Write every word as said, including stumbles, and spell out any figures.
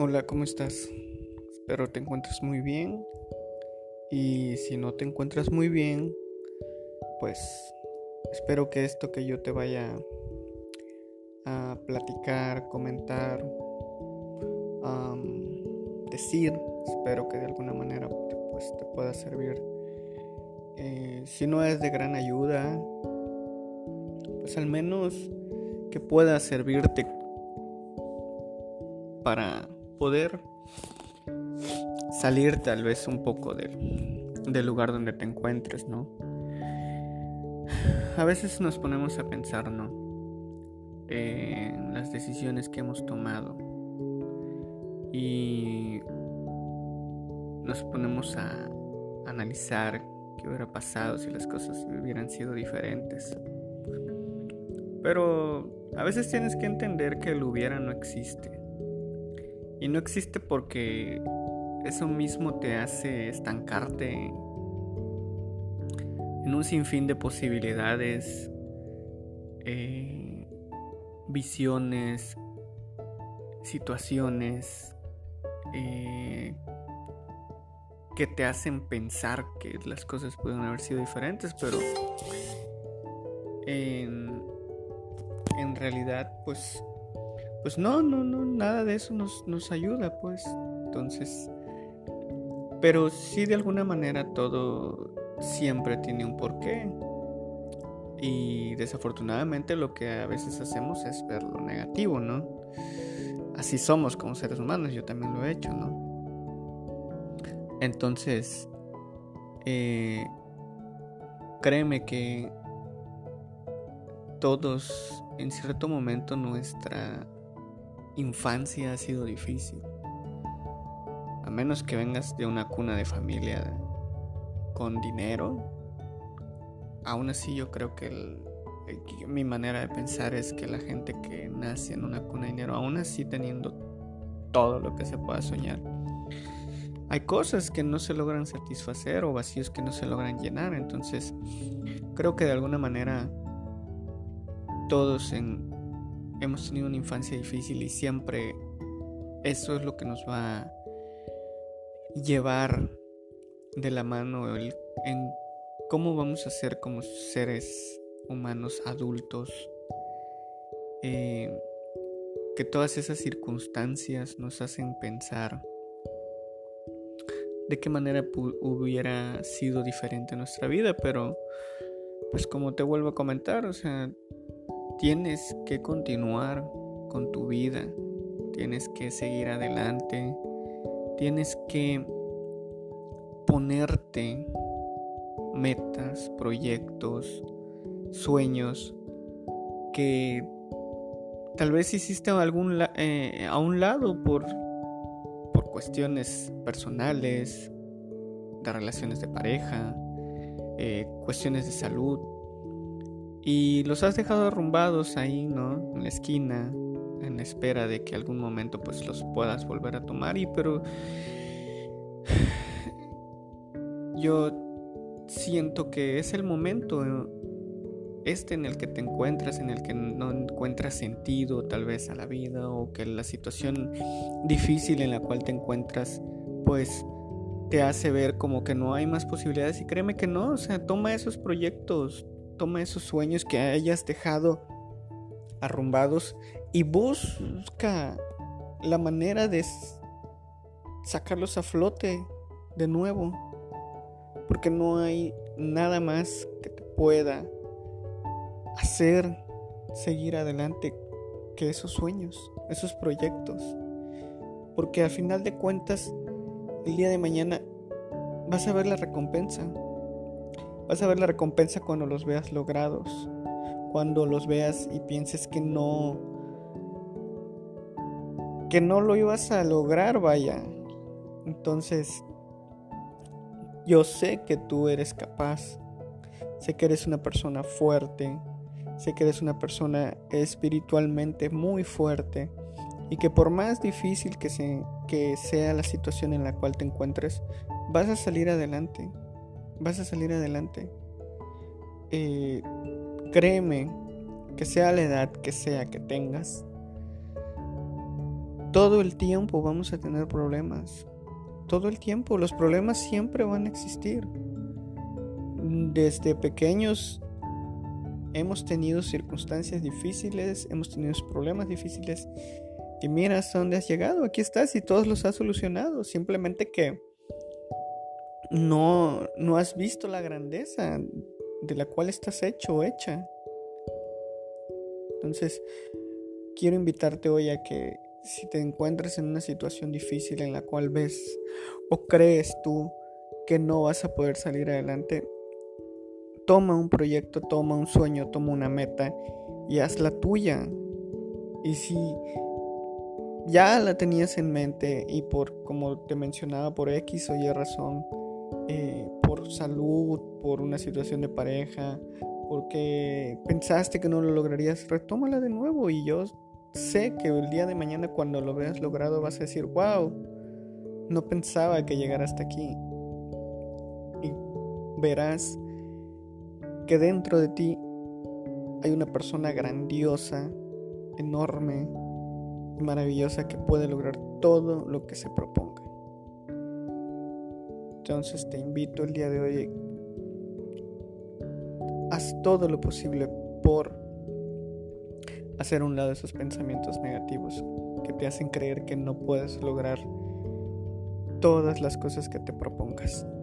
Hola, ¿cómo estás? Espero te encuentres muy bien. Y si no te encuentras muy bien, pues espero que esto que yo te vaya a platicar, comentar, am, decir, espero que de alguna manera pues te pueda servir. Eh, si no es de gran ayuda, pues al menos que pueda servirte para poder salir tal vez un poco del, del lugar donde te encuentres, ¿no? A veces nos ponemos a pensar, ¿no? En las decisiones que hemos tomado y nos ponemos a analizar qué hubiera pasado si las cosas hubieran sido diferentes. Pero a veces tienes que entender que el hubiera no existe. Y no existe porque eso mismo te hace estancarte en un sinfín de posibilidades, eh, visiones, situaciones eh, que te hacen pensar que las cosas pueden haber sido diferentes, pero en, en realidad pues pues no, no, no, nada de eso nos, nos ayuda, pues. Entonces, pero sí, de alguna manera todo siempre tiene un porqué. Y desafortunadamente lo que a veces hacemos es ver lo negativo, ¿no? Así somos como seres humanos, yo también lo he hecho, ¿no? Entonces, eh, créeme que todos en cierto momento nuestra infancia ha sido difícil. A menos que vengas de una cuna de familia con dinero, aún así yo creo que el, el, mi manera de pensar es que la gente que nace en una cuna de dinero, aún así teniendo todo lo que se pueda soñar, hay cosas que no se logran satisfacer o vacíos que no se logran llenar. Entonces creo que de alguna manera todos en, hemos tenido una infancia difícil y siempre eso es lo que nos va a llevar de la mano el, en cómo vamos a ser como seres humanos adultos, eh, que todas esas circunstancias nos hacen pensar de qué manera pu- hubiera sido diferente nuestra vida. Pero pues como te vuelvo a comentar, o sea, tienes que continuar con tu vida, tienes que seguir adelante, tienes que ponerte metas, proyectos, sueños que tal vez hiciste a, algún la- eh, a un lado por, por cuestiones personales, de relaciones de pareja, eh, cuestiones de salud, y los has dejado arrumbados ahí, ¿no? En la esquina, en la espera de que algún momento pues los puedas volver a tomar. Y pero yo siento que es el momento este en el que te encuentras, en el que no encuentras sentido tal vez a la vida, o que la situación difícil en la cual te encuentras pues te hace ver como que no hay más posibilidades. Y créeme que no, o sea, toma esos proyectos, toma esos sueños que hayas dejado arrumbados y busca la manera de sacarlos a flote de nuevo, porque no hay nada más que te pueda hacer seguir adelante que esos sueños, esos proyectos. Porque al final de cuentas, el día de mañana vas a ver la recompensa. Vas a ver la recompensa cuando los veas logrados, cuando los veas y pienses que no que no lo ibas a lograr, vaya. Entonces, yo sé que tú eres capaz. Sé que eres una persona fuerte. Sé que eres una persona espiritualmente muy fuerte, y que por más difícil que, se, que sea la situación en la cual te encuentres, vas a salir adelante. Vas a salir adelante. Eh, créeme que sea la edad que sea que tengas, todo el tiempo vamos a tener problemas. Todo el tiempo. Los problemas siempre van a existir. Desde pequeños hemos tenido circunstancias difíciles, hemos tenido problemas difíciles. Y mira hasta dónde has llegado. Aquí estás y todos los has solucionado. Simplemente que no, no has visto la grandeza de la cual estás hecho o hecha. Entonces, quiero invitarte hoy a que si te encuentras en una situación difícil en la cual ves o crees tú que no vas a poder salir adelante, toma un proyecto, toma un sueño, toma una meta y hazla tuya. Y si ya la tenías en mente y por, como te mencionaba, por X o Y razón, eh, por salud, por una situación de pareja, porque pensaste que no lo lograrías, retómala de nuevo. Y yo sé que el día de mañana, cuando lo veas logrado, vas a decir: wow, no pensaba que llegara hasta aquí. Y verás que dentro de ti hay una persona grandiosa, enorme y maravillosa que puede lograr todo lo que se proponga. Entonces te invito el día de hoy: haz todo lo posible por hacer a un lado esos pensamientos negativos que te hacen creer que no puedes lograr todas las cosas que te propongas.